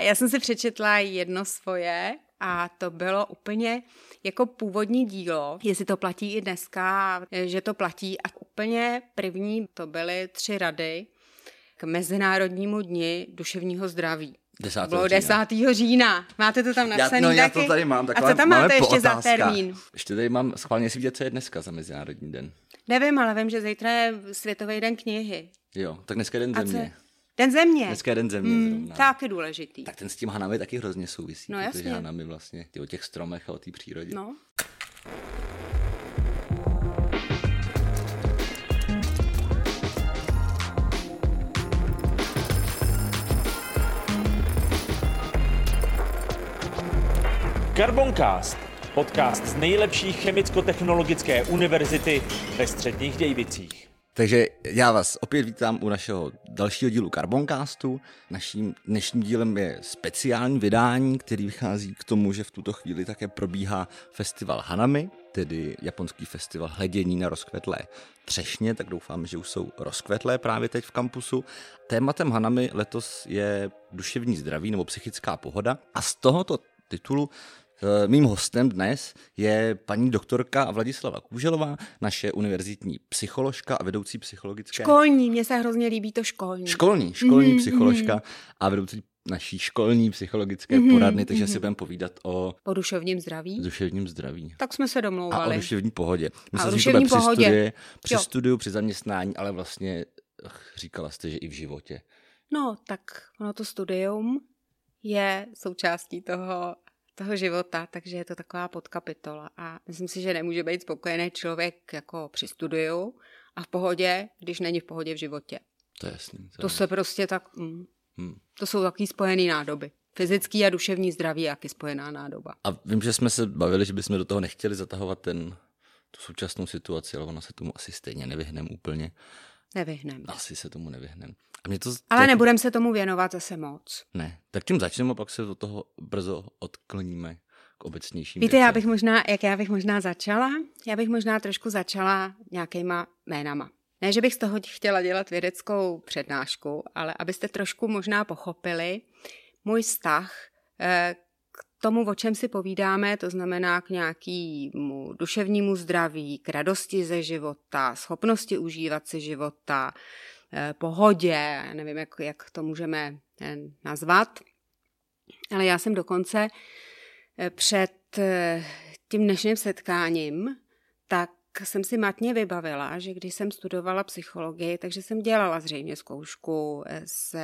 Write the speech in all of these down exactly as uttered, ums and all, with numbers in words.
já jsem si přečetla jedno svoje a to bylo úplně jako původní dílo, jestli to platí i dneska, že to platí. A úplně první to byly tři rady k Mezinárodnímu dni duševního zdraví. desátého Bylo října. desátého října. Máte to tam napsaný já, no, taky? já to tady mám. A co tam máte ještě za termín? Ještě tady mám schválně si vidět, co je dneska za Mezinárodní den. Nevím, ale vím, že zítra je Světový den knihy. Jo, tak dneska je den země. Den země? Dneska je den země hmm, zrovna. Tak je důležitý. Tak ten s tím hanami taky hrozně souvisí, no, protože jasně. hanami vlastně ty o těch stromech a o té přírodě. No. Carboncast, podcast z nejlepší chemicko-technologické univerzity ve Středních Dějvicích. Takže já vás opět vítám u našeho dalšího dílu Carboncastu. Naším dnešním dílem je speciální vydání, který vychází k tomu, že v tuto chvíli také probíhá festival Hanami, tedy japonský festival hledění na rozkvetlé třešně, tak doufám, že už jsou rozkvetlé právě teď v kampusu. Tématem Hanami letos je duševní zdraví nebo psychická pohoda a z tohoto titulu mým hostem dnes je paní doktorka Vladislava Kůželová, naše univerzitní psycholožka a vedoucí psychologické... Školní, mně se hrozně líbí to školní. Školní, školní mm-hmm. psycholožka a vedoucí naší školní psychologické mm-hmm. poradny, takže mm-hmm. si budeme povídat o... O duševním zdraví. duševním zdraví. Tak jsme se domlouvali. A o duševní pohodě. A o duševní pohodě. Při, studii, při studiu, při zaměstnání, ale vlastně ach, říkala jste, že i v životě. No, tak ono to studium je součástí toho... toho života, takže je to taková podkapitola a myslím si, že nemůže být spokojený člověk jako při studiu a v pohodě, když není v pohodě v životě. To je jasný. To, to je se prostě tak, mm, hmm. to jsou takový spojený nádoby. Fyzický a duševní zdraví je jaký spojená nádoba. A vím, že jsme se bavili, že bychom do toho nechtěli zatahovat ten, tu současnou situaci, ale ona se tomu asi stejně nevyhneme úplně. Nevyhneme. Asi se tomu nevyhneme. A mě to, ale tak... nebudeme se tomu věnovat zase moc. Ne, tak tím začneme a pak se od toho brzo odkloníme k obecnějším Víte, já bych možná, jak já bych možná začala? Já bych možná trošku začala nějakýma jménama. Ne, že bych z toho chtěla dělat vědeckou přednášku, ale abyste trošku možná pochopili můj vztah k tomu, o čem si povídáme, to znamená k nějakému duševnímu zdraví, k radosti ze života, schopnosti užívat si života, pohodě, nevím, jak, jak to můžeme nazvat. Ale já jsem dokonce před tím dnešním setkáním, tak jsem si matně vybavila, že když jsem studovala psychologii, takže jsem dělala zřejmě zkoušku z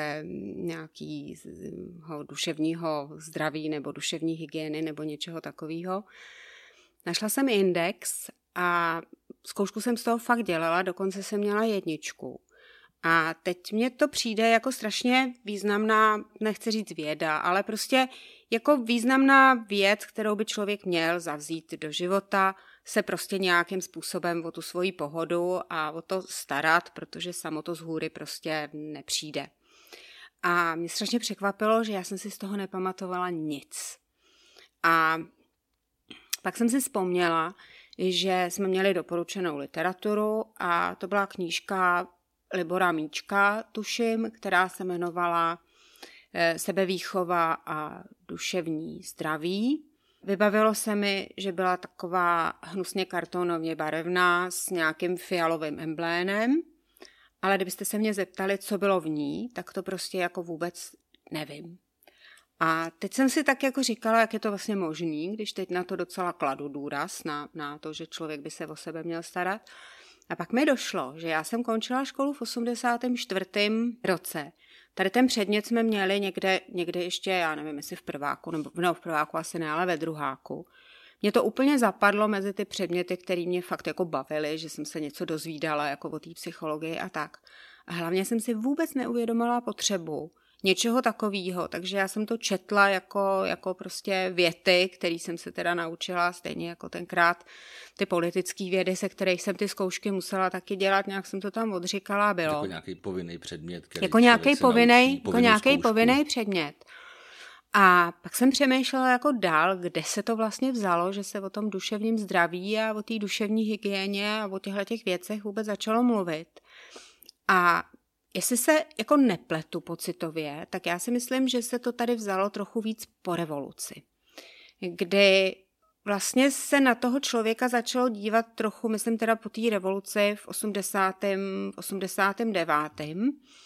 nějakého duševního zdraví nebo duševní hygieny nebo něčeho takového. Našla jsem index a zkoušku jsem z toho fakt dělala, dokonce jsem měla jedničku. A teď mně to přijde jako strašně významná, nechci říct věda, ale prostě jako významná věc, kterou by člověk měl zavzít do života, se prostě nějakým způsobem o tu svoji pohodu a o to starat, protože samo to z hůry prostě nepřijde. A mě strašně překvapilo, že já jsem si z toho nepamatovala nic. A pak jsem si vzpomněla, že jsme měli doporučenou literaturu a to byla knížka Libora Míčka, tuším, která se jmenovala Sebevýchova a duševní zdraví. Vybavilo se mi, že byla taková hnusně kartonově barevná s nějakým fialovým emblémem, ale kdybyste se mě zeptali, co bylo v ní, tak to prostě jako vůbec nevím. A teď jsem si tak jako říkala, jak je to vlastně možný, když teď na to docela kladu důraz, na, na to, že člověk by se o sebe měl starat. A pak mi došlo, že já jsem končila školu v osmdesátém čtvrtém roce. Tady ten předmět jsme měli někde, někde ještě, já nevím, jestli v prváku, nebo no, v prváku asi ne, ale ve druháku. Mě to úplně zapadlo mezi ty předměty, které mě fakt jako bavily, že jsem se něco dozvídala jako o té psychologii a tak. A hlavně jsem si vůbec neuvědomila potřebu něčeho takového, takže já jsem to četla jako, jako prostě věty, které jsem se teda naučila, stejně jako tenkrát ty politické vědy, se kterých jsem ty zkoušky musela taky dělat, nějak jsem to tam odříkala a bylo. Jako nějaký povinný předmět. Který jako nějaký povinný, jako nějaký povinný předmět. A pak jsem přemýšlela jako dál, kde se to vlastně vzalo, že se o tom duševním zdraví a o té duševní hygieně a o těchto těch věcech vůbec začalo mluvit. A Jestli se jako nepletu pocitově, tak já si myslím, že se to tady vzalo trochu víc po revoluci, kdy vlastně se na toho člověka začalo dívat trochu, myslím teda po té revoluci v osmdesátém, osmdesátém devátém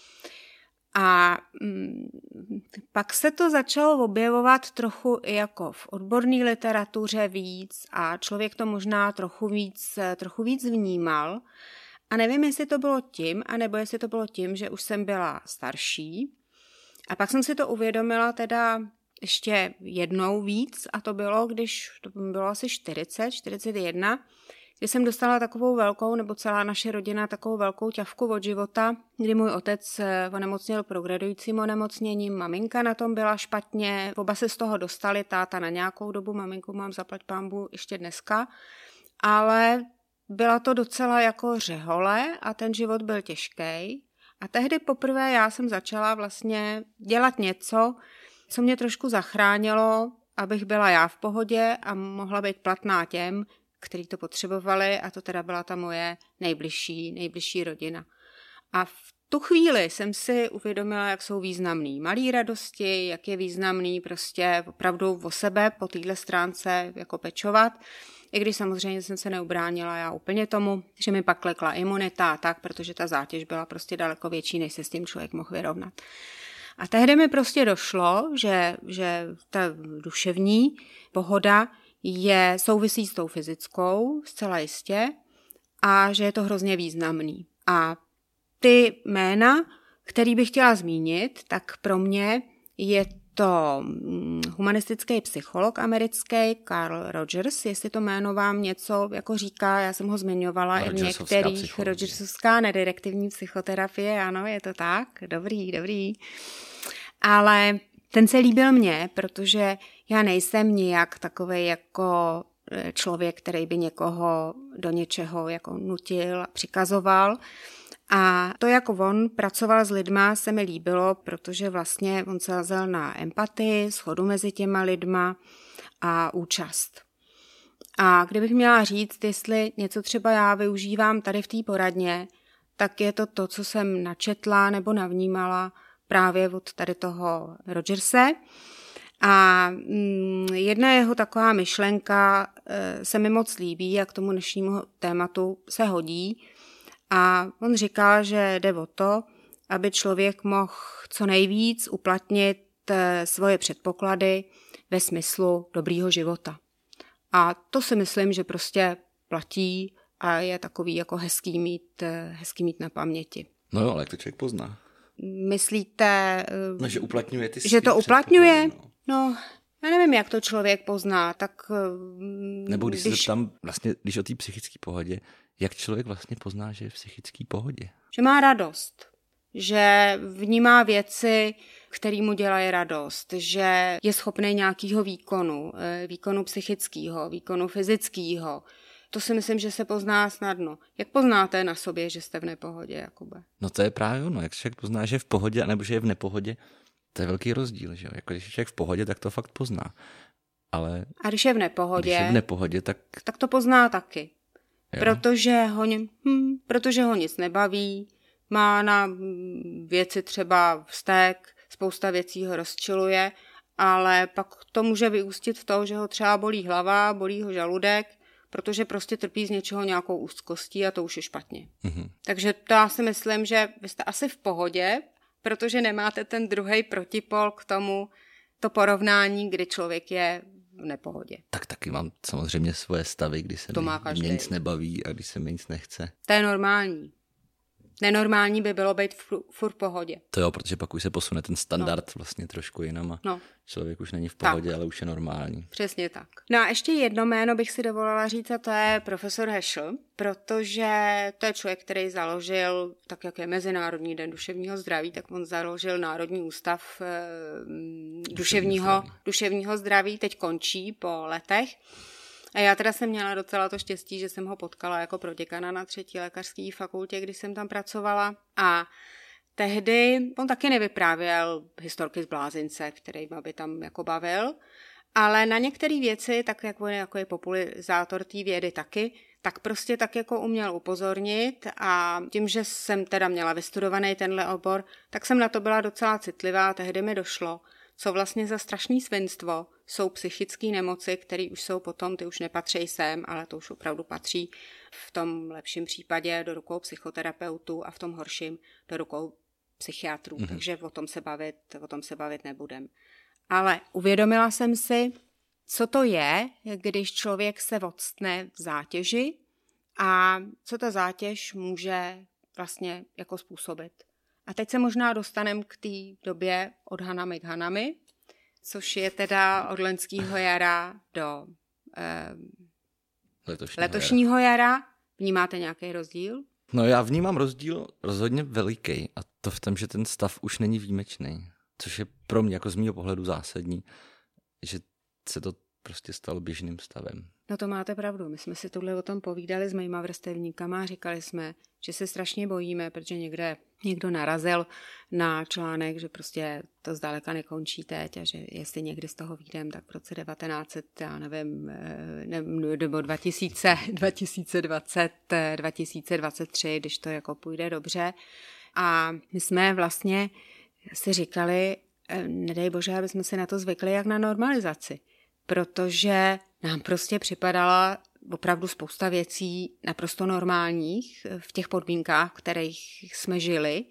A mm, pak se to začalo objevovat trochu i jako v odborné literatuře víc a člověk to možná trochu víc, trochu víc vnímal. A nevím, jestli to bylo tím, anebo jestli to bylo tím, že už jsem byla starší. A pak jsem si to uvědomila teda ještě jednou víc a to bylo, když to bylo asi čtyřicet, čtyřicet jedna, kdy jsem dostala takovou velkou, nebo celá naše rodina takovou velkou ťavku od života, kdy můj otec onemocněl progredujícím onemocněním, maminka na tom byla špatně, oba se z toho dostali, táta na nějakou dobu, maminku mám zaplať pánbu ještě dneska, ale byla to docela jako řehole a ten život byl těžký. A tehdy poprvé já jsem začala vlastně dělat něco, co mě trošku zachránilo, abych byla já v pohodě a mohla být platná těm, kteří to potřebovali, a to teda byla ta moje nejbližší, nejbližší rodina. A v tu chvíli jsem si uvědomila, jak jsou významný malý radosti, jak je významný prostě opravdu o sebe po téhle stránce jako pečovat. I když samozřejmě jsem se neubránila já úplně tomu, že mi pak klekla imunita a tak, protože ta zátěž byla prostě daleko větší, než se s tím člověk mohl vyrovnat. A tehdy mi prostě došlo, že, že ta duševní pohoda je souvisí s tou fyzickou, zcela jistě, a že je to hrozně významný. A ty jména, který bych chtěla zmínit, tak pro mě je to humanistický psycholog americký Carl Rogers, jestli to jméno vám něco jako říká, já jsem ho zmiňovala i v některých, Rogersovská nedirektivní psychoterapie, ano, je to tak, dobrý, dobrý. Ale ten se líbil mně, protože já nejsem nijak takovej jako člověk, který by někoho do něčeho jako nutil a přikazoval. A to, jak on pracoval s lidma, se mi líbilo, protože vlastně on se zazel na empatii, shodu mezi těma lidma a účast. A kdybych měla říct, jestli něco třeba já využívám tady v té poradně, tak je to to, co jsem načetla nebo navnímala právě od tady toho Rogerse. A jedna jeho taková myšlenka se mi moc líbí a k tomu dnešnímu tématu se hodí. A on říkal, že jde o to, aby člověk mohl co nejvíc uplatnit svoje předpoklady ve smyslu dobrýho života. A to si myslím, že prostě platí a je takový jako hezký mít, hezký mít na paměti. No jo, ale jak to člověk pozná? Myslíte, no, že uplatňuje ty že to uplatňuje? No. no, já nevím, jak to člověk pozná, tak... Nebo když, když... se tam vlastně, když o té psychické pohodě, jak člověk vlastně pozná, že je v psychické pohodě? Že má radost, že vnímá věci, které mu dělají radost, že je schopný nějakého výkonu, výkonu psychického, výkonu fyzického. To si myslím, že se pozná snadno. Jak poznáte na sobě, že jste v nepohodě, Jakube? No to je právě ono, jak člověk pozná, že je v pohodě, nebo že je v nepohodě, to je velký rozdíl, že jo? Jako když je člověk v pohodě, tak to fakt pozná. Ale a když je v nepohodě, když je v nepohodě tak... tak to pozná taky. Protože ho, hm, protože ho nic nebaví, má na věci třeba vztek, spousta věcí ho rozčiluje, ale pak to může vyústit v to, že ho třeba bolí hlava, bolí ho žaludek, protože prostě trpí z něčeho nějakou úzkostí a to už je špatně. Mm-hmm. Takže to já si myslím, že vy jste asi v pohodě, protože nemáte ten druhý protipol k tomu, to porovnání, kdy člověk je v nepohodě. Tak taky mám samozřejmě svoje stavy, kdy se mi, mě nic nebaví a když se mi nic nechce. To je normální. Nenormální by bylo být furt v pohodě. To jo, protože pak už se posune ten standard no. vlastně trošku jinam a no. člověk už není v pohodě, tak. ale už je normální. Přesně tak. No a ještě jedno jméno bych si dovolila říct a to je profesor Heschel, protože to je člověk, který založil, tak jak je Mezinárodní den duševního zdraví, tak on založil Národní ústav e, duševního, zdraví. duševního zdraví, teď končí po letech. A já teda jsem měla docela to štěstí, že jsem ho potkala jako proděkana na třetí lékařské fakultě, když jsem tam pracovala. A tehdy on taky nevyprávěl historky z blázince, který by tam jako bavil, ale na některé věci, tak jak on je, jako je popularizátor té vědy taky, tak prostě tak jako uměl upozornit a tím, že jsem teda měla vystudovaný tenhle obor, tak jsem na to byla docela citlivá, tehdy mi došlo, co vlastně za strašný svinstvo jsou psychické nemoci, které už jsou potom, ty už nepatří sem, ale to už opravdu patří v tom lepším případě do rukou psychoterapeutů a v tom horším do rukou psychiatrů, mm-hmm. takže o tom se bavit, o tom se bavit nebudem. Ale uvědomila jsem si, co to je, když člověk se odstne v zátěži a co ta zátěž může vlastně jako způsobit. A teď se možná dostaneme k té době od Hanami k Hanami, což je teda od loňského jara do eh, letošního, letošního jara. jara. Vnímáte nějaký rozdíl? No já vnímám rozdíl rozhodně veliký a to v tom, že ten stav už není výjimečný, což je pro mě jako z mýho pohledu zásadní, že se to prostě stalo běžným stavem. No to máte pravdu. My jsme si tohle o tom povídali s mýma vrstevníkama a říkali jsme, že se strašně bojíme, protože někde někdo narazil na článek, že prostě to zdaleka nekončí teď a že jestli někdy z toho vyjdem, tak v roce devatenáct set, já nevím, ne, nebo dva tisíce, dva tisíce dvacet, dva tisíce dvacet tři, když to jako půjde dobře. A my jsme vlastně si říkali, nedej bože, aby jsme si na to zvykli jak na normalizaci. Protože nám prostě připadala opravdu spousta věcí naprosto normálních v těch podmínkách, v kterých jsme žili.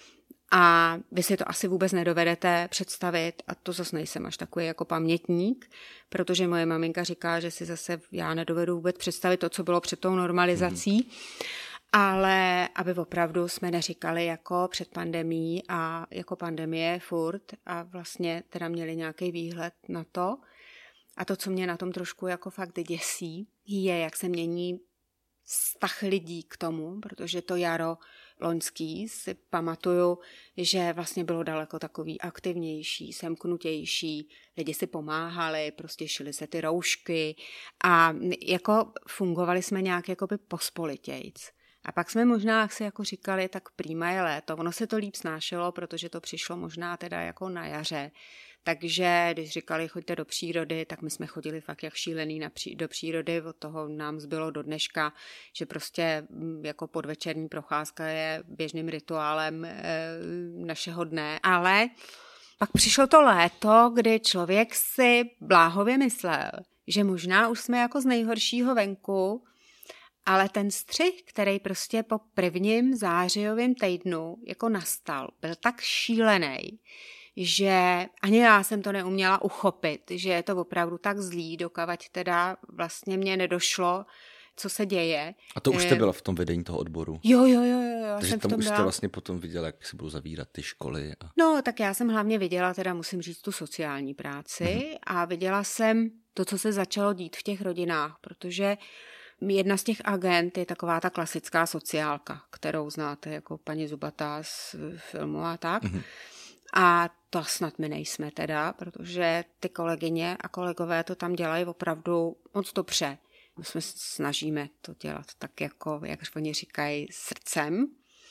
A vy si to asi vůbec nedovedete představit a to zase nejsem až takový jako pamětník, protože moje maminka říká, že si zase já nedovedu vůbec představit to, co bylo před tou normalizací. Mm. Ale aby opravdu jsme neříkali jako před pandemií a jako pandemie furt a vlastně teda měli nějaký výhled na to. A to, co mě na tom trošku jako fakt děsí, je, jak se mění vztah lidí k tomu, protože to jaro loňský si pamatuju, že vlastně bylo daleko takový aktivnější, semknutější, lidi si pomáhali, prostě šily se ty roušky a jako fungovali jsme nějak jakoby pospolitějc. A pak jsme možná si jako říkali, tak prýma je léto, ono se to líp snášelo, protože to přišlo možná teda jako na jaře. Takže když říkali, choďte do přírody, tak my jsme chodili fakt jak šílený na pří, do přírody, od toho nám zbylo do dneška, že prostě jako podvečerní procházka je běžným rituálem e, našeho dne. Ale pak přišlo to léto, kdy člověk si bláhově myslel, že možná už jsme jako z nejhoršího venku, ale ten střih, který prostě po prvním zářijovém týdnu jako nastal, byl tak šílený, že ani já jsem to neuměla uchopit, že je to opravdu tak zlý, dokavať teda vlastně mě nedošlo, co se děje. A to už jste byla v tom vedení toho odboru? Jo, jo, jo. jo Takže jsem tam v tom už byla... jste vlastně potom viděla, jak se budou zavírat ty školy. A... No, tak já jsem hlavně viděla, teda musím říct, tu sociální práci mm-hmm. a viděla jsem to, co se začalo dít v těch rodinách, protože jedna z těch agent je taková ta klasická sociálka, kterou znáte jako paní Zubatá z filmu a tak. Mm-hmm. A to snad my nejsme teda, protože ty kolegyně a kolegové to tam dělají opravdu moc dobře. My jsme snažíme to dělat tak jako, jak oni říkají, srdcem.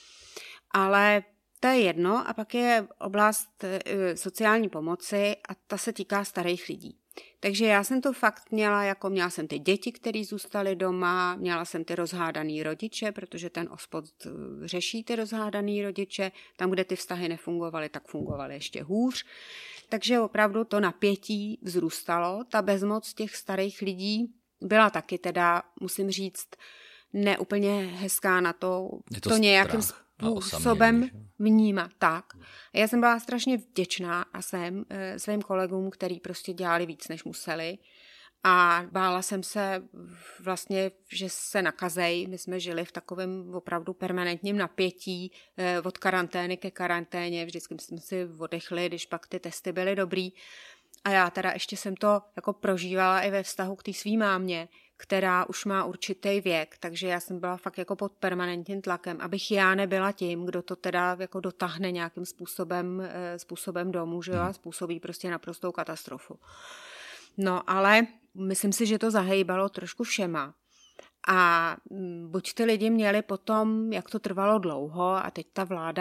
Ale to je jedno a pak je oblast sociální pomoci a ta se týká starých lidí. Takže já jsem to fakt měla, jako měla jsem ty děti, které zůstaly doma, měla jsem ty rozhádaný rodiče, protože ten ospod řeší ty rozhádaný rodiče, tam, kde ty vztahy nefungovaly, tak fungovaly ještě hůř. Takže opravdu to napětí vzrůstalo, ta bezmoc těch starých lidí byla taky teda, musím říct, neúplně hezká na to, to, to nějakým způsobem vnímat. Tak. Já jsem byla strašně vděčná a jsem e, svým kolegům, který prostě dělali víc, než museli. A bála jsem se vlastně, že se nakazej. My jsme žili v takovém opravdu permanentním napětí e, od karantény ke karanténě. Vždycky jsme si odechli, když pak ty testy byly dobrý. A já teda ještě jsem to jako prožívala i ve vztahu k té svý mámě, která už má určitý věk, takže já jsem byla fakt jako pod permanentním tlakem, abych já nebyla tím, kdo to teda jako dotáhne nějakým způsobem, způsobem domů, že jo, a způsobí prostě naprostou katastrofu. No ale myslím si, že to zahejbalo trošku všema. A buď ty lidi měli potom, jak to trvalo dlouho a teď ta vláda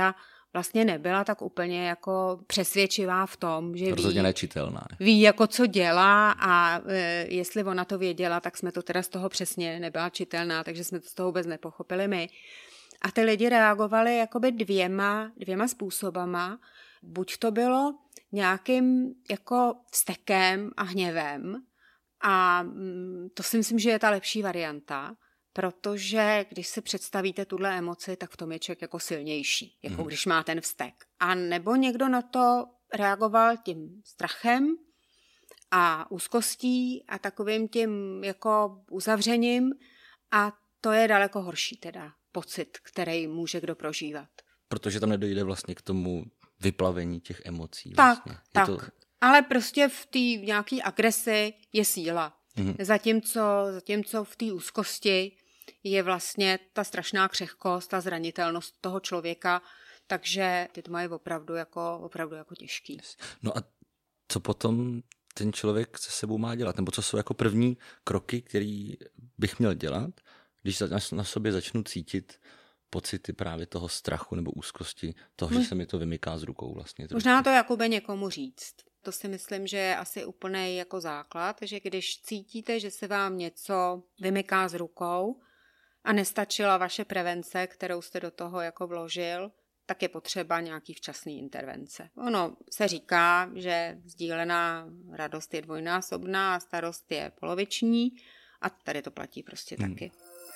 vlastně nebyla tak úplně jako přesvědčivá v tom, že rozhodně ví, nečitelná. ví jako co dělá a e, jestli ona to věděla, tak jsme to teda z toho přesně nebyla čitelná, takže jsme to z toho vůbec nepochopili my. A ty lidi reagovali jakoby dvěma, dvěma způsobama. Buď to bylo nějakým jako vztekem a hněvem a to si myslím, že je ta lepší varianta, protože když si představíte tuhle emoci, tak v tom je člověk jako silnější, jako hmm. když má ten vztek. A nebo někdo na to reagoval tím strachem a úzkostí a takovým tím jako uzavřením a to je daleko horší teda pocit, který může kdo prožívat. Protože tam nedojde vlastně k tomu vyplavení těch emocí. Tak, vlastně. tak. To... Ale prostě v té nějaké agresi je síla. Mm-hmm. Zatímco, zatímco v té úzkosti je vlastně ta strašná křehkost, ta zranitelnost toho člověka, takže ty to mají opravdu jako, opravdu jako těžký. No a co potom ten člověk se sebou má dělat? Nebo co jsou jako první kroky, který bych měl dělat, když na sobě začnu cítit pocity právě toho strachu nebo úzkosti, toho, že se mi to vymyká z rukou vlastně. Možná to Jakube někomu říct. To si myslím, že je asi úplný jako základ, že když cítíte, že se vám něco vymyká z rukou a nestačila vaše prevence, kterou jste do toho jako vložil, tak je potřeba nějaký včasný intervence. Ono se říká, že sdílená radost je dvojnásobná a starost je poloviční a tady to platí prostě hmm. taky.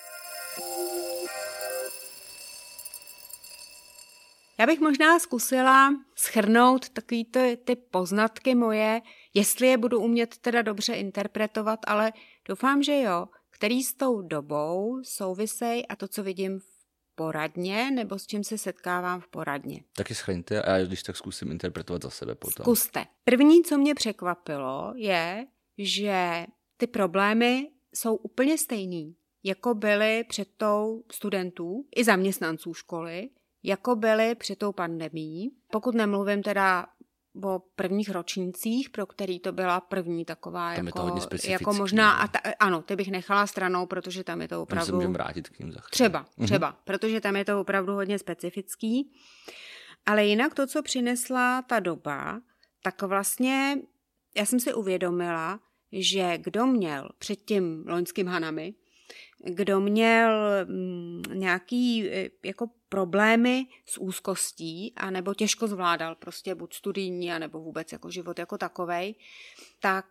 Já bych možná zkusila shrnout takový ty, ty poznatky moje, jestli je budu umět teda dobře interpretovat, ale doufám, že jo, který s tou dobou souvisej a to, co vidím v poradně, nebo s čím se setkávám v poradně. Taky shrňte a já když tak zkusím interpretovat za sebe potom. Zkuste. První, co mě překvapilo, je, že ty problémy jsou úplně stejný, jako byly před tou studentů i zaměstnanců školy, jako byly před tou pandemií. Pokud nemluvím teda o prvních ročnících, pro který to byla první taková tam jako, je to jako možná, a ta, ano, ty bych nechala stranou, protože tam je to opravdu... Tam se můžeme vrátit k ním za chvíli. Třeba, třeba, mhm. protože tam je to opravdu hodně specifický. Ale jinak to, co přinesla ta doba, tak vlastně já jsem si uvědomila, že kdo měl před tím loňským Hanami, kdo měl mm, nějaký jako problémy s úzkostí a nebo těžko zvládal prostě buď studijní a nebo vůbec jako život jako takovej, tak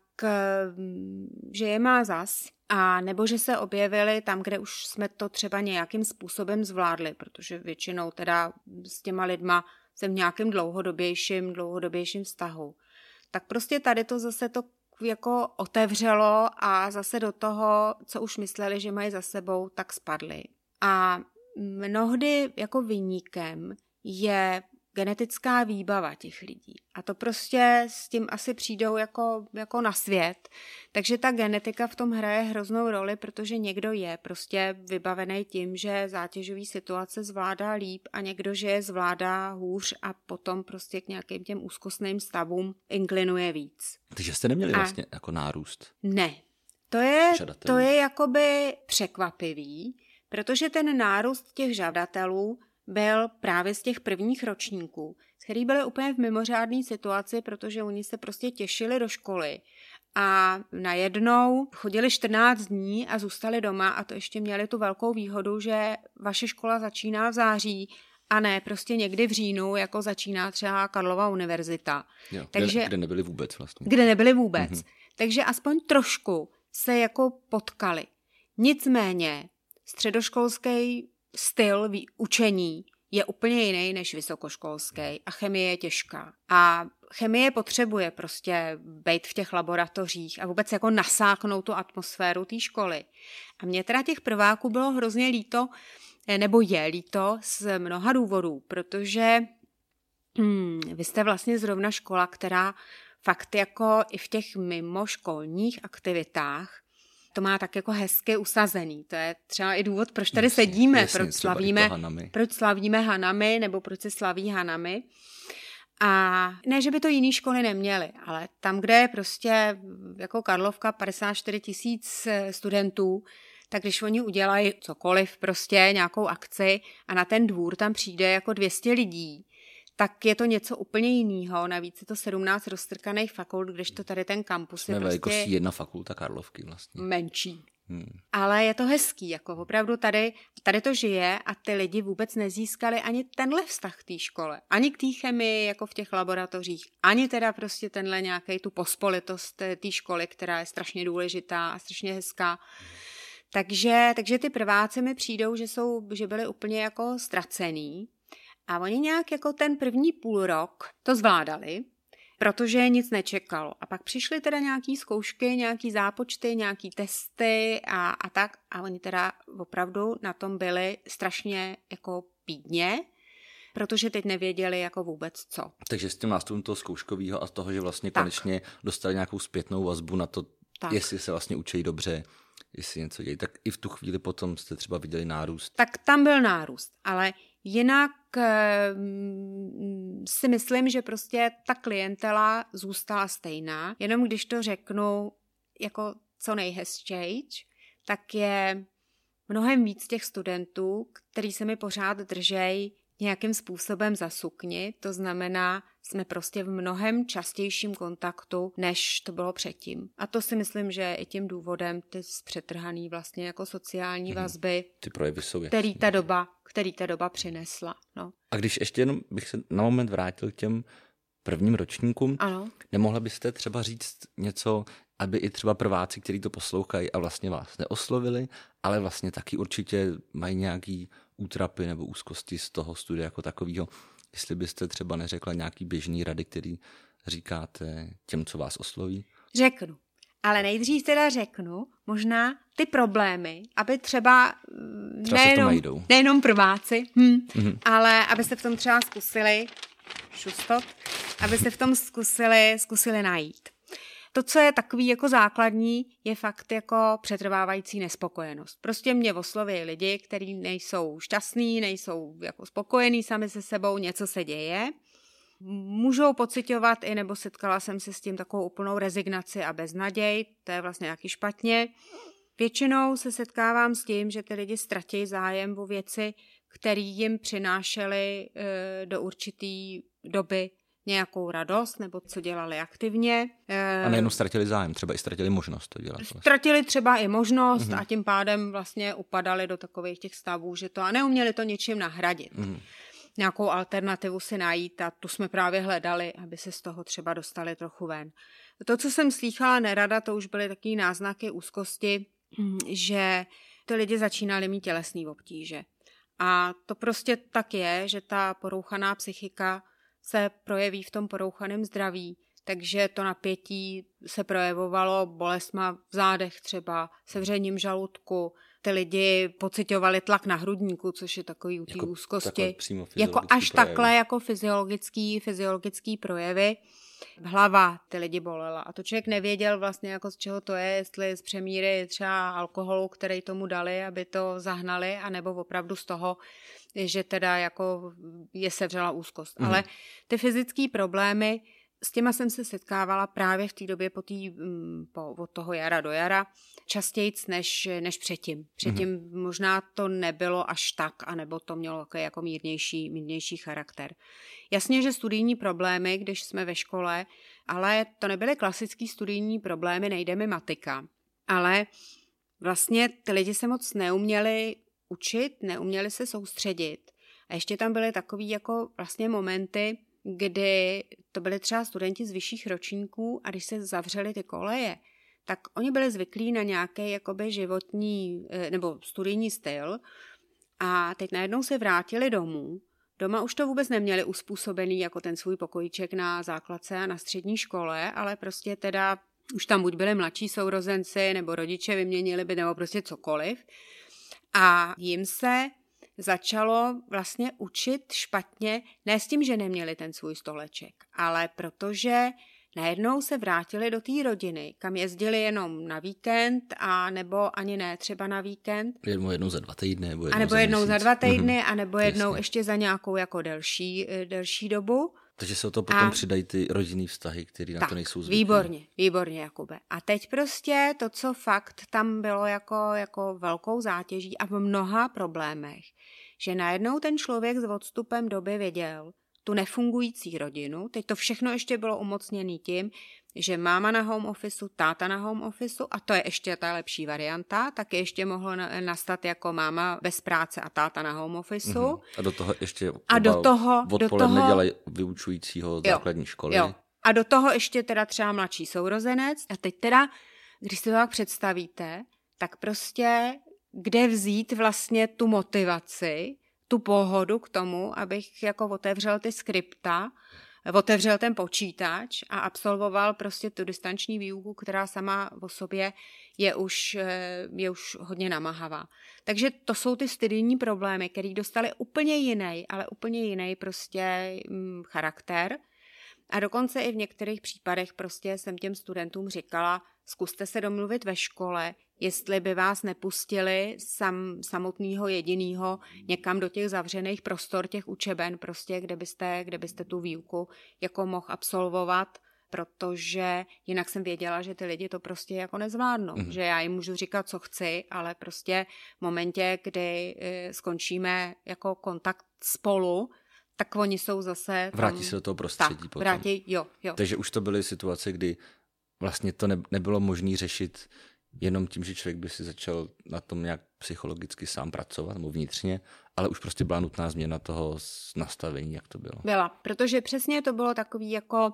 že je má zas a nebo že se objevili tam, kde už jsme to třeba nějakým způsobem zvládli, protože většinou teda s těma lidma jsem v nějakém dlouhodobějším, dlouhodobějším vztahu. Tak prostě tady to zase to jako otevřelo a zase do toho, co už mysleli, že mají za sebou, tak spadli. A mnohdy jako viníkem je genetická výbava těch lidí. A to prostě s tím asi přijdou jako, jako na svět. Takže ta genetika v tom hraje hroznou roli, protože někdo je prostě vybavený tím, že zátěžový situace zvládá líp a někdo, že je zvládá hůř a potom prostě k nějakým těm úzkostným stavům inklinuje víc. Takže jste neměli a vlastně jako nárůst? Ne. To je, žadatelů. to je jakoby překvapivý, protože ten nárůst těch žadatelů byl právě z těch prvních ročníků, který byli úplně v mimořádné situaci, protože oni se prostě těšili do školy a najednou chodili čtrnáct dní a zůstali doma a to ještě měli tu velkou výhodu, že vaše škola začíná v září a ne prostě někdy v říjnu, jako začíná třeba Karlova univerzita. Jo, Takže, kde, kde nebyli vůbec vlastně. Kde nebyli vůbec. Mm-hmm. Takže aspoň trošku se jako potkali. Nicméně středoškolský styl učení je úplně jiný než vysokoškolský a chemie je těžká. A chemie potřebuje prostě být v těch laboratořích a vůbec jako nasáknout tu atmosféru té školy. A mě teda těch prváků bylo hrozně líto, nebo je líto z mnoha důvodů, protože hmm, vy jste vlastně zrovna škola, která fakt jako i v těch mimoškolních aktivitách to má tak jako hezky usazený. To je třeba i důvod, proč tady jasně, sedíme, jasně, proč, slavíme, proč slavíme Hanami, nebo proč se slaví Hanami. A ne, že by to jiný školy neměly, ale tam, kde je prostě jako Karlovka padesát čtyři tisíc studentů, tak když oni udělají cokoliv, prostě nějakou akci a na ten dvůr tam přijde jako dvě stě lidí, tak je to něco úplně jiného. Navíc je to sedmnáct roztrkaných fakult, kdežto tady ten kampus Jsme je prostě velikostí jedna fakulta Karlovky vlastně. menší. Hmm. Ale je to hezký, jako opravdu tady, tady to žije a ty lidi vůbec nezískali ani tenhle vztah k té škole, ani k té chemii, jako v těch laboratořích, ani teda prostě tenhle nějaký tu pospolitost té školy, která je strašně důležitá a strašně hezká. Takže, takže ty prváci mi přijdou, že, jsou, že byli úplně jako ztracený a oni nějak jako ten první půl rok to zvládali, protože nic nečekalo. A pak přišly teda nějaký zkoušky, nějaký zápočty, nějaký testy a, a tak. A oni teda opravdu na tom byli strašně jako pídně, protože teď nevěděli jako vůbec co. Takže s tím nástupem toho zkouškového a toho, že vlastně tak. konečně dostali nějakou zpětnou vazbu na to, tak. jestli se vlastně učí dobře, jestli něco dějí, tak i v tu chvíli potom jste třeba viděli nárůst. Tak tam byl nárůst, ale jinak si myslím, že prostě ta klientela zůstala stejná, jenom když to řeknu jako co nejhezčejč, tak je mnohem víc těch studentů, který se mi pořád držej nějakým způsobem za sukni, to znamená, jsme prostě v mnohem častějším kontaktu, než to bylo předtím. A to si myslím, že je i tím důvodem ty zpřetrhaný vlastně jako sociální hmm. vazby, ty projevy jsou který ta doba, který ta doba přinesla. No. A když ještě jenom bych se na moment vrátil k těm prvním ročníkům, ano. Nemohla byste třeba říct něco, aby i třeba prváci, kteří to poslouchají a vlastně vás neoslovili, ale vlastně taky určitě mají nějaký útrapy nebo úzkosti z toho studia jako takového. Jestli byste třeba neřekla nějaký běžný rady, který říkáte těm, co vás osloví? Řeknu. Ale nejdřív teda řeknu možná ty problémy, aby třeba, třeba nejenom, nejenom prváci, hm, mm-hmm. ale aby se v tom třeba zkusili šustot, aby se v tom zkusili, zkusili najít. To, co je takový jako základní, je fakt jako přetrvávající nespokojenost. Prostě mě osloví lidi, kteří nejsou šťastní, nejsou jako spokojení sami se sebou, něco se děje. Můžou pociťovat i, nebo setkala jsem se s tím takovou úplnou rezignaci a beznaděj, to je vlastně nějaký špatně. Většinou se setkávám s tím, že ty lidi ztratí zájem o věci, které jim přinášely e, do určitý doby nějakou radost, nebo co dělali aktivně. A nejenom ztratili zájem, třeba i ztratili možnost to dělat. Ztratili třeba i možnost mm-hmm. a tím pádem vlastně upadali do takových těch stavů, že to a neuměli to něčím nahradit. Mm-hmm. Nějakou alternativu si najít a tu jsme právě hledali, aby se z toho třeba dostali trochu ven. To, co jsem slýchala nerada, to už byly taky náznaky úzkosti, že ty lidi začínali mít tělesný obtíže. A to prostě tak je, že ta porouchaná psychika se projeví v tom porouchaném zdraví, takže to napětí se projevovalo bolestma v zádech třeba, sevřením žaludku, ty lidi pociťovali tlak na hrudníku, což je takový u té jako úzkosti, jako až projevy. Takhle jako fyziologický, fyziologický projevy. Hlava ty lidi bolela a to člověk nevěděl vlastně jako z čeho to je, jestli z přemíry třeba alkoholu, který tomu dali, aby to zahnali, anebo opravdu z toho, že teda jako je sevřela úzkost. Mm. Ale ty fyzické problémy, s těma jsem se setkávala právě v té době po tý, po, od toho jara do jara častějc než, než předtím. Předtím mm. možná to nebylo až tak, anebo to mělo jako mírnější, mírnější charakter. Jasně, že studijní problémy, když jsme ve škole, ale to nebyly klasický studijní problémy, nejde mi matika. Ale vlastně ty lidi se moc neuměli učit, neuměli se soustředit. A ještě tam byly takový jako vlastně momenty, kdy to byly třeba studenti z vyšších ročníků a když se zavřely ty koleje, tak oni byli zvyklí na nějaký jakoby životní nebo studijní styl a teď najednou se vrátili domů. Doma už to vůbec neměli uspůsobený jako ten svůj pokojíček na základce a na střední škole, ale prostě teda už tam buď byli mladší sourozenci nebo rodiče vyměnili by nebo prostě cokoliv. A jim se začalo vlastně učit špatně, ne s tím, že neměli ten svůj stoleček, ale protože najednou se vrátili do té rodiny, kam jezdili jenom na víkend a nebo ani ne třeba na víkend. Jednou, jednou za dva týdny. Nebo jednou, a nebo za, jednou za dva týdny, mm-hmm. a nebo jednou Jasně. ještě za nějakou jako delší, delší dobu. Takže se o to potom a... přidají ty rodinný vztahy, které na to nejsou zvyklí. Výborně, výborně, Jakube. A teď prostě to, co fakt tam bylo jako, jako velkou zátěží a v mnoha problémech, že najednou ten člověk s odstupem doby věděl, tu nefungující rodinu. Teď to všechno ještě bylo umocněné tím, že máma na home officeu, táta na home officeu, a to je ještě ta lepší varianta, tak ještě mohlo nastat jako máma bez práce a táta na home officeu. Mm-hmm. A do toho ještě a do toho, odpoledne do toho, dělají vyučujícího základní školy. Jo. A do toho ještě teda třeba mladší sourozenec. A teď teda, když si to tak představíte, tak prostě kde vzít vlastně tu motivaci, tu pohodu k tomu, abych jako otevřel ty skripta, otevřel ten počítač a absolvoval prostě tu distanční výuku, která sama o sobě je už, je už hodně namáhavá. Takže to jsou ty studijní problémy, které dostaly úplně jiný, ale úplně jiný prostě hm, charakter. A dokonce i v některých případech prostě jsem těm studentům říkala, zkuste se domluvit ve škole, jestli by vás nepustili sam, samotného jedinýho někam do těch zavřených prostor těch učeben, prostě, kde byste, kde byste tu výuku jako mohl absolvovat, protože jinak jsem věděla, že ty lidi to prostě jako nezvládnou, mm. že já jim můžu říkat, co chci, ale prostě v momentě, kdy e, skončíme jako kontakt spolu, tak oni jsou zase... Tam, vrátí se do toho prostředí tak, potom. Vrátí, jo, jo. Takže už to byly situace, kdy vlastně to ne, nebylo možné řešit jenom tím, že člověk by si začal na tom nějak psychologicky sám pracovat, nebo vnitřně, ale už prostě byla nutná změna toho nastavení, jak to bylo. Byla, protože přesně to bylo takový jako,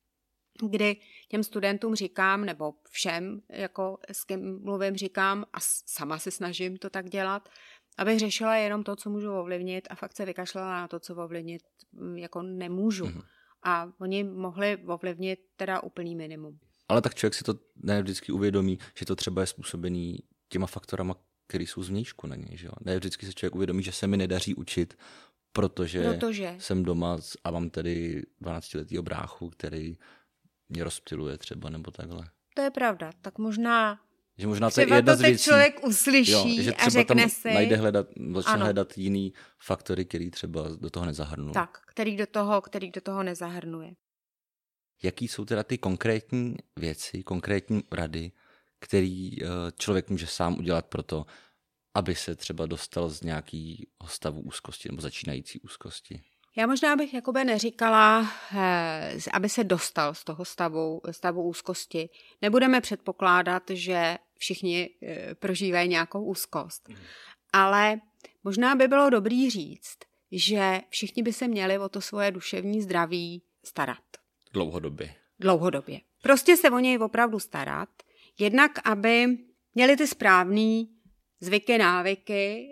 kdy těm studentům říkám, nebo všem, jako s kým mluvím, říkám a sama se snažím to tak dělat, abych řešila jenom to, co můžu ovlivnit a fakt se vykašlala na to, co ovlivnit jako nemůžu. Mm-hmm. A oni mohli ovlivnit teda úplný minimum. Ale tak člověk si to ne vždycky uvědomí, že to třeba je způsobený těma faktorama, které jsou zvnějšku na něj. Že jo? Ne vždycky se člověk uvědomí, že se mi nedaří učit, protože, protože jsem doma a mám tady dvanáctiletýho bráchu, který mě rozptyluje třeba, nebo takhle. To je pravda, tak možná... Že možná to je jedna z věcí, člověk uslyší jo, že a řekne tam si... najde hledat, začne hledat jiný faktory, který třeba do toho nezahrnul. Tak, který do toho, který do toho nezahrnuje. Jaký jsou teda ty konkrétní věci, konkrétní rady, který člověk může sám udělat pro to, aby se třeba dostal z nějakého stavu úzkosti nebo začínající úzkosti? Já možná bych jakoby neříkala, aby se dostal z toho stavu, stavu úzkosti. Nebudeme předpokládat, že všichni prožívají nějakou úzkost. Mm. Ale možná by bylo dobrý říct, že všichni by se měli o to svoje duševní zdraví starat. Dlouhodobě. Dlouhodobě. Prostě se o něj opravdu starat. Jednak, aby měli ty správný zvyky, návyky,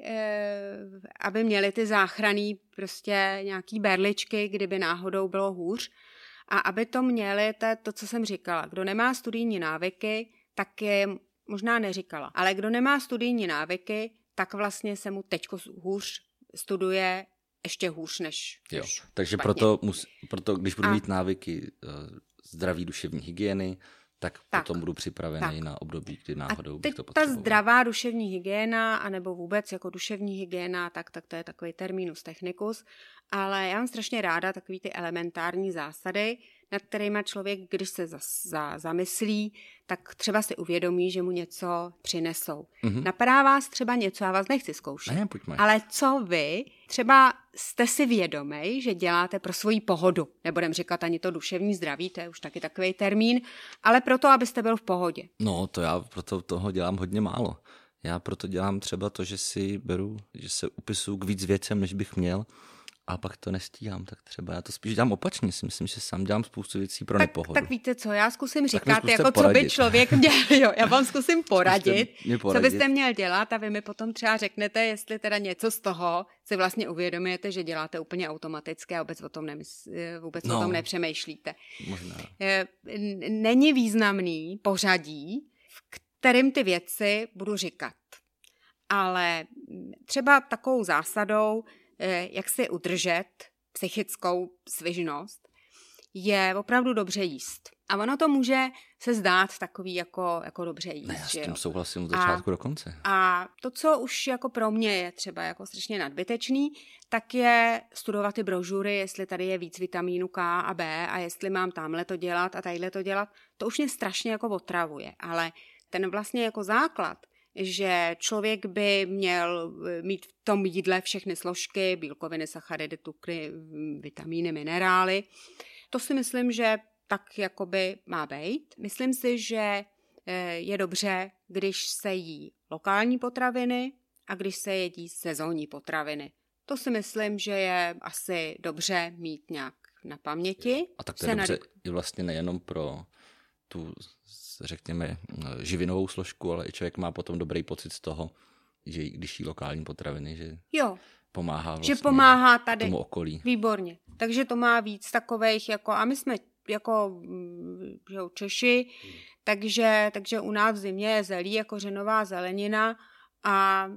aby měli ty záchranný prostě nějaký berličky, kdyby náhodou bylo hůř. A aby to měli, to, to, co jsem říkala. Kdo nemá studijní návyky, tak je možná neříkala. Ale kdo nemá studijní návyky, tak vlastně se mu teďko hůř studuje ještě hůř než, jo, než takže proto, mus, proto, když budu a... mít návyky uh, zdraví duševní hygieny, tak, tak potom budu připravený tak. na období, kdy náhodou bych to potřeboval. Ta zdravá duševní hygiena, anebo vůbec jako duševní hygiena, tak, tak to je takový terminus technicus, ale já mám strašně ráda takový ty elementární zásady, nad kterýma člověk, když se za, za, zamyslí, tak třeba si uvědomí, že mu něco přinesou. Mm-hmm. Napadá vás třeba něco, já vás nechci zkoušet, ne, pojďme. Ale co vy, třeba jste si vědomej, že děláte pro svoji pohodu, nebudem říkat ani to duševní zdraví, to je už taky takový termín, ale proto, abyste byl v pohodě. No, to já proto toho dělám hodně málo. Já proto dělám třeba to, že si beru, že se upisuju k víc věcem, než bych měl, a pak to nestíhám, tak třeba já to spíš dělám opačně, si myslím, že sám dělám spoustu věcí pro tak, nepohodu. Tak víte co, já zkusím říkat, jako poradit. Co by člověk měl, jo, já vám zkusím poradit, poradit, co byste měl dělat a vy mi potom třeba řeknete, jestli teda něco z toho si vlastně uvědomujete, že děláte úplně automaticky a vůbec o tom, nemysl, vůbec no, o tom nepřemýšlíte. Možná. Není významný pořadí, v kterým ty věci budu říkat, ale třeba takovou zásadou, jak si udržet psychickou svižnost, je opravdu dobře jíst. A ono to může se zdát takový jako, jako dobře jíst. Ne, já s tím souhlasím od začátku do konce. A to, co už jako pro mě je třeba jako strašně nadbytečný, tak je studovat ty brožury, jestli tady je víc vitamínu K a B a jestli mám tamhle to dělat a tadyhle to dělat. To už mě strašně jako otravuje, ale ten vlastně jako základ, že člověk by měl mít v tom jídle všechny složky, bílkoviny, sacharidy, tukry, vitamíny, minerály. To si myslím, že tak jakoby má být. Myslím si, že je dobře, když se jí lokální potraviny a když se jedí sezónní potraviny. To si myslím, že je asi dobře mít nějak na paměti. A tak to je dobře i vlastně nejenom pro tu, řekněme, živinovou složku, ale i člověk má potom dobrý pocit z toho, že když jí lokální potraviny, že jo. pomáhá vlastně že pomáhá tady tomu okolí. Výborně. Takže to má víc takovejch, jako, a my jsme jako že Češi, hmm. takže, takže u nás v zimě je zelí jako řenová zelenina a,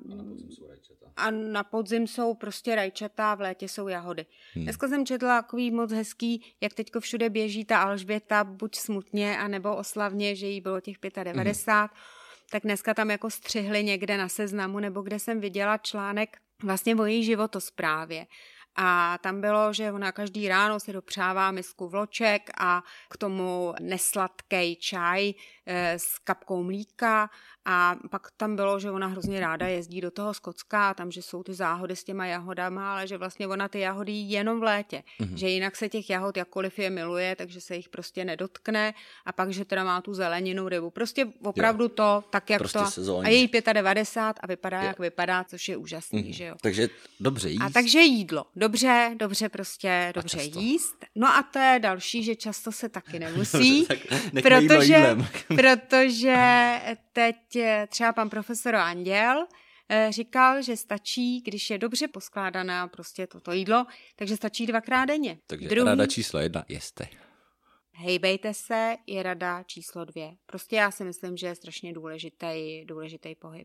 a na podzim jsou prostě rajčata, v létě jsou jahody. Hmm. Dneska jsem četla takový moc hezký, jak teďko všude běží ta Alžběta, buď smutně, anebo oslavně, že jí bylo těch devadesát pět, hmm. tak dneska tam jako střihli někde na Seznamu, nebo kde jsem viděla článek vlastně o její životosprávě. A tam bylo, že ona každý ráno si dopřává misku vloček a k tomu nesladký čaj e, s kapkou mlíka a pak tam bylo, že ona hrozně ráda jezdí do toho Skotska a tam, že jsou ty záhody s těma jahodama, ale že vlastně ona ty jahody jí jenom v létě. Mm-hmm. Že jinak se těch jahod jakkoliv je miluje, takže se jich prostě nedotkne a pak, že teda má tu zeleninu, rybu. Prostě opravdu jo. to, tak jak prostě to. Sezónní. A její devadesát pět a vypadá, jo. jak vypadá, což je úžasný, mm-hmm. že jo. Takže dobře jíst. A takže jídlo. Dobře, dobře prostě, dobře jíst. No a to je další, že často se taky nemusí, protože, protože teď třeba pan profesor Anděl říkal, že stačí, když je dobře poskládaná prostě toto jídlo, takže stačí dvakrát denně. Takže Druhý, rada číslo jedna, jeste. Hejbejte se, je rada číslo dvě. Prostě já si myslím, že je strašně důležitý, důležitý pohyb.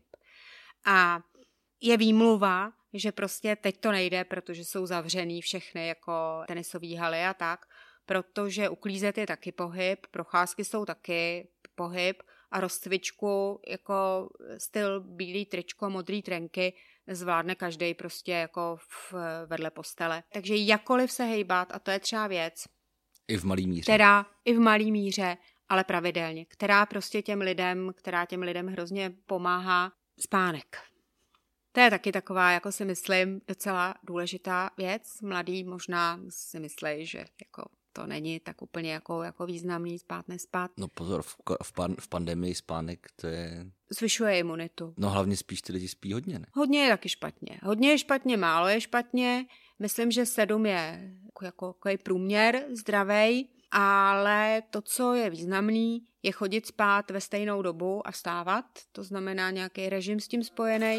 A je výmluva, že prostě teď to nejde, protože jsou zavřený všechny jako tenisové haly a tak, protože uklízet je taky pohyb, procházky jsou taky pohyb a rozcvičku jako styl bílý tričko, modrý trenky zvládne každej prostě jako v, vedle postele. Takže jakkoliv se hejbat, a to je třeba věc, i v malý míře. Která i v malý míře, ale pravidelně, která prostě těm lidem, která těm lidem hrozně pomáhá, spánek. To je taky taková, jako si myslím, docela důležitá věc. Mladí možná si myslí, že jako to není tak úplně jako, jako významný spát, nespát. No pozor, v, v, pan, v pandemii spánek to je... Zvyšuje imunitu. No hlavně spíš ty lidi spí hodně, ne? Hodně je taky špatně. Hodně je špatně, málo je špatně. Myslím, že sedm je jako, jako, jako průměr zdravej, ale to, co je významný, je chodit spát ve stejnou dobu a vstávat. To znamená nějaký režim s tím spojený.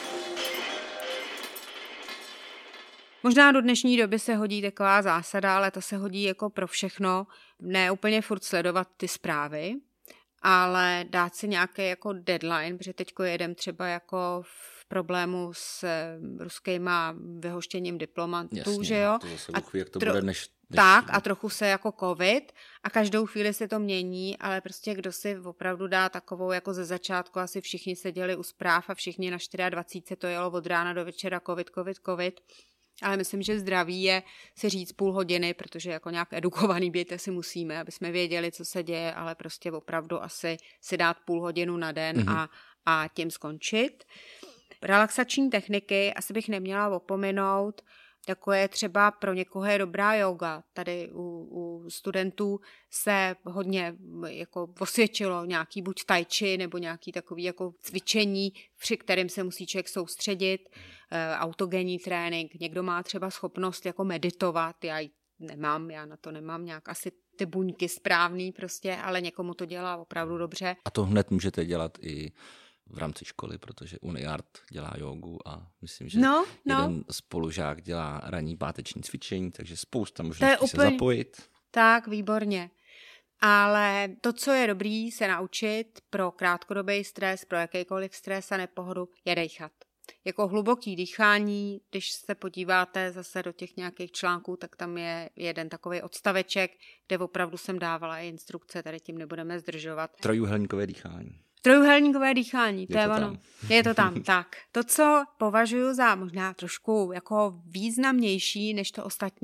Možná do dnešní doby se hodí taková zásada, ale ta se hodí jako pro všechno. Ne úplně furt sledovat ty zprávy, ale dát si nějaký jako deadline, protože teďko jedem třeba jako v problému s ruskýma vyhoštěním diplomatů, jasně, že jo? To zase a jak to tro- bude než, než... Tak a trochu se jako covid a každou chvíli se to mění, ale prostě kdo si opravdu dá takovou jako ze začátku, asi všichni seděli u zpráv a všichni na dvacet čtyři to jelo od rána do večera covid, covid, covid. Ale myslím, že zdraví je si říct půl hodiny, protože jako nějak edukovaný být si musíme, aby jsme věděli, co se děje, ale prostě opravdu asi si dát půl hodinu na den mm-hmm. a, a tím skončit. Relaxační techniky asi bych neměla opominout, jako je třeba pro někoho je dobrá yoga. Tady u, u studentů se hodně jako osvědčilo nějaký buď tai chi nebo nějaký takový jako cvičení, při kterém se musí člověk soustředit, e, autogenní trénink. Někdo má třeba schopnost jako meditovat, já ji nemám, já na to nemám nějak asi ty buňky správný prostě, ale někomu to dělá opravdu dobře. A to hned můžete dělat i v rámci školy, protože Uniart dělá jogu a myslím, že no, no. jeden spolužák dělá ranní páteční cvičení, takže spousta možností úplně... se zapojit. Tak, výborně. Ale to, co je dobrý se naučit pro krátkodobý stres, pro jakýkoliv stres a nepohodu, je dejchat. Jako hluboký dýchání, když se podíváte zase do těch nějakých článků, tak tam je jeden takový odstaveček, kde opravdu jsem dávala instrukce, tady tím nebudeme zdržovat. Trojuhelníkové dýchání. Trojuhelníkové dýchání, to je, je to ono. tam. Je to tam, tak. To, co považuji za možná trošku jako významnější než to ostatní,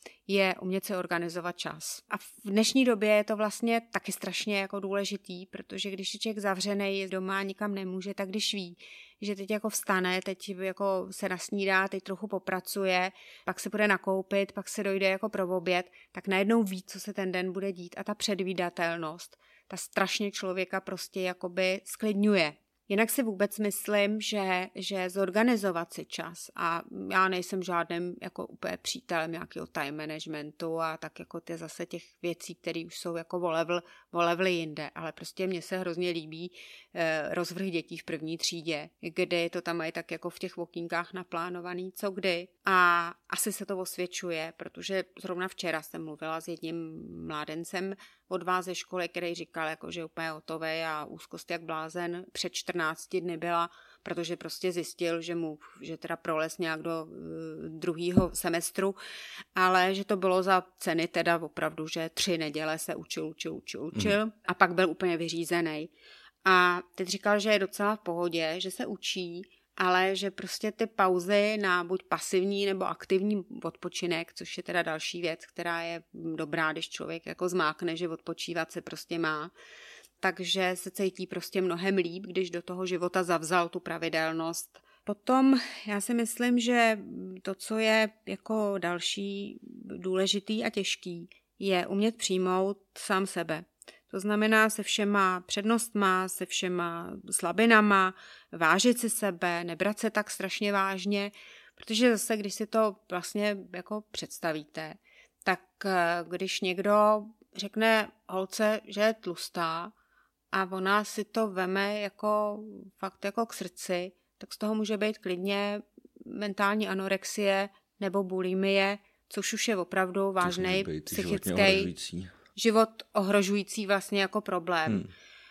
je umět si organizovat čas. A v dnešní době je to vlastně taky strašně jako důležitý, protože když je člověk zavřenej doma, nikam nemůže, tak když ví, že teď jako vstane, teď jako se nasnídá, teď trochu popracuje, pak se bude nakoupit, pak se dojde jako pro oběd, tak najednou ví, co se ten den bude dít a ta předvídatelnost, ta strašně člověka prostě jakoby sklidňuje. Jinak si vůbec myslím, že, že zorganizovat si čas, a já nejsem žádným jako úplně přítelem nějakého time managementu a tak jako ty zase těch věcí, které už jsou jako o level, o level jinde, ale prostě mně se hrozně líbí eh, rozvrh dětí v první třídě, kdy to tam mají tak jako v těch okýnkách naplánovaný, co kdy, a asi se to osvědčuje, protože zrovna včera jsem mluvila s jedním mládencem od vás ze školy, který říkal, jako, že je úplně hotový a úzkost jak blázen. Před čtrnácti dny byla, protože prostě zjistil, že mu, že teda proles nějak do uh, druhého semestru, ale že to bylo za ceny teda opravdu, že tři neděle se učil, učil, učil, učil mm. a pak byl úplně vyřízený. A teď říkal, že je docela v pohodě, že se učí, ale že prostě ty pauzy na buď pasivní nebo aktivní odpočinek, což je teda další věc, která je dobrá, když člověk jako zmákne, že odpočívat se prostě má, takže se cítí prostě mnohem líp, když do toho života zavzal tu pravidelnost. Potom já si myslím, že to, co je jako další důležitý a těžký, je umět přijmout sám sebe. To znamená se všema přednostma, se všema slabinama, vážit si sebe, nebrat se tak strašně vážně, protože zase, když si to vlastně jako představíte, tak když někdo řekne holce, že je tlustá a ona si to veme jako fakt jako k srdci, tak z toho může být klidně mentální anorexie nebo bulimie, což už je opravdu vážný psychický život ohrožující vlastně jako problém. Hmm.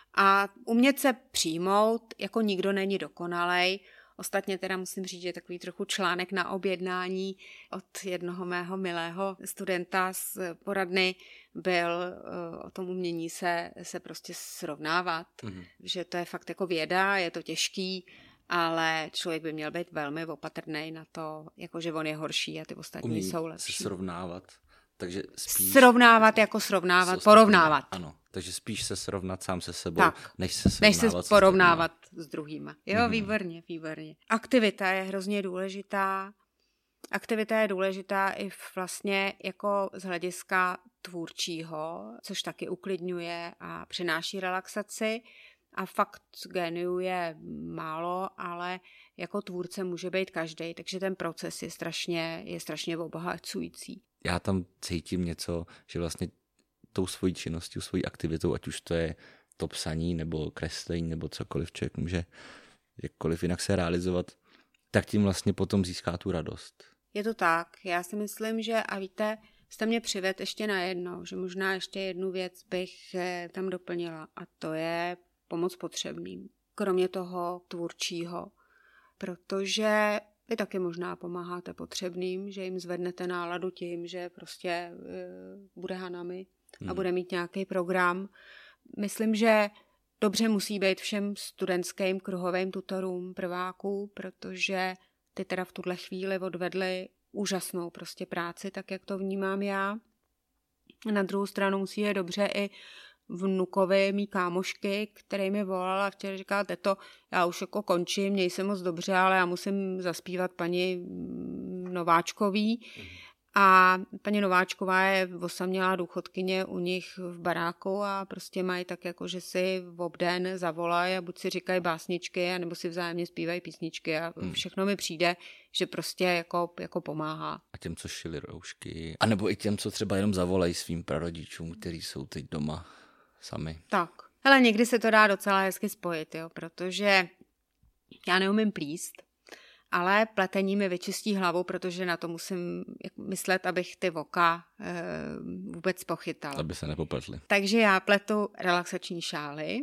A umět se přijmout, jako nikdo není dokonalej. Ostatně teda musím říct, že takový trochu článek na objednání od jednoho mého milého studenta z poradny byl o tom umění se, se prostě srovnávat. Hmm. Že to je fakt jako věda, je to těžký, ale člověk by měl být velmi opatrný na to, jako že on je horší a ty ostatní Umí jsou lepší. Se srovnávat. Takže spíš srovnávat jako srovnávat, porovnávat. Ano, takže spíš se srovnat sám se sebou, tak, než se srovnávat než se porovnávat s, s druhýma. Jo, mm-hmm. výborně, výborně. Aktivita je hrozně důležitá. Aktivita je důležitá i vlastně jako z hlediska tvůrčího, což taky uklidňuje a přináší relaxaci. A fakt géniu je málo, ale jako tvůrce může být každej, takže ten proces je strašně, je strašně obohacující. Já tam cítím něco, že vlastně tou svojí činností, svojí aktivitou, ať už to je to psaní nebo kreslení nebo cokoliv, člověk může jakkoliv jinak se realizovat, tak tím vlastně potom získá tu radost. Je to tak. Já si myslím, že a víte, jste mě přivedl ještě na jedno, že možná ještě jednu věc bych tam doplnila a to je pomoc potřebným. Kromě toho tvůrčího, protože vy taky možná pomáháte potřebným, že jim zvednete náladu tím, že prostě e, bude Hanami a bude mít nějaký program. Myslím, že dobře musí být všem studentským kruhovým tutorům prváků, protože ty teda v tuhle chvíli odvedli úžasnou prostě práci, tak jak to vnímám já. Na druhou stranu musí je dobře i vnukovi, mý kámošky, který mi volala a včera říkala, teto, já už jako končím, měj se moc dobře, ale já musím zaspívat paní Nováčkový. A paní Nováčková je osamělá důchodkyně u nich v baráku a prostě mají tak jako, že si v obden zavolají a buď si říkají básničky, anebo si vzájemně zpívají písničky a všechno mi přijde, že prostě jako, jako pomáhá. A těm, co šili roušky, anebo i těm, co třeba jenom zavolají svým prarodičům, kteří jsou teď doma sami. Tak, ale někdy se to dá docela hezky spojit, jo, protože já neumím plíst, ale pletení mi vyčistí hlavu, protože na to musím myslet, abych ty voka e, vůbec pochytala. Aby se nepopletly. Takže já pletu relaxační šály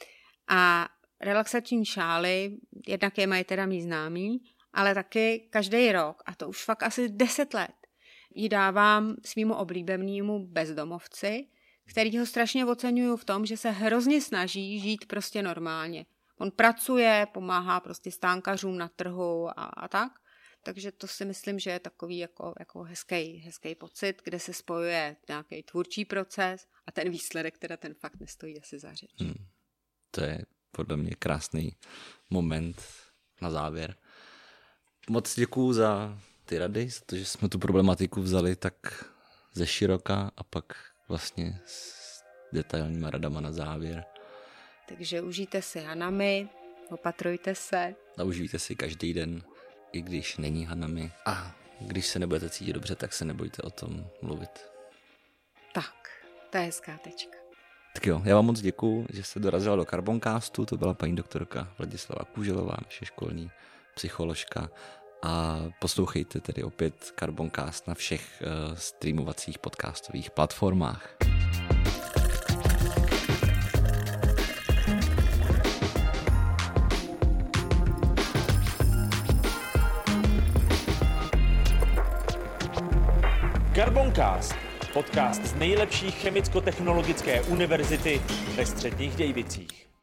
a relaxační šály, jednak je mají teda mý známí, ale taky každý rok, a to už fakt asi deset let, ji dávám svýmu oblíbenému bezdomovci, který ho strašně oceňuju v tom, že se hrozně snaží žít prostě normálně. On pracuje, pomáhá prostě stánkařům na trhu a, a tak. takže to si myslím, že je takový jako, jako hezký, hezký pocit, kde se spojuje nějaký tvůrčí proces a ten výsledek, teda ten fakt nestojí asi za řeč. Hmm. To je podle mě krásný moment na závěr. Moc děkuju za ty rady, za to, že jsme tu problematiku vzali tak ze široka a pak vlastně s detailníma radama na závěr. Takže užijte si Hanami, opatrujte se. A užijte si každý den, i když není Hanami. A když se nebudete cítit dobře, tak se nebojte o tom mluvit. Tak, to je hezká tečka. Tak jo, já vám moc děkuju, že jste dorazila do Carboncastu. To byla paní doktorka Vladislava Kůželová, naše školní psycholožka. A poslouchejte tedy opět Carboncast na všech uh, streamovacích podcastových platformách. Carboncast, podcast z nejlepší chemicko-technologické univerzity ve Středních Dějvicích.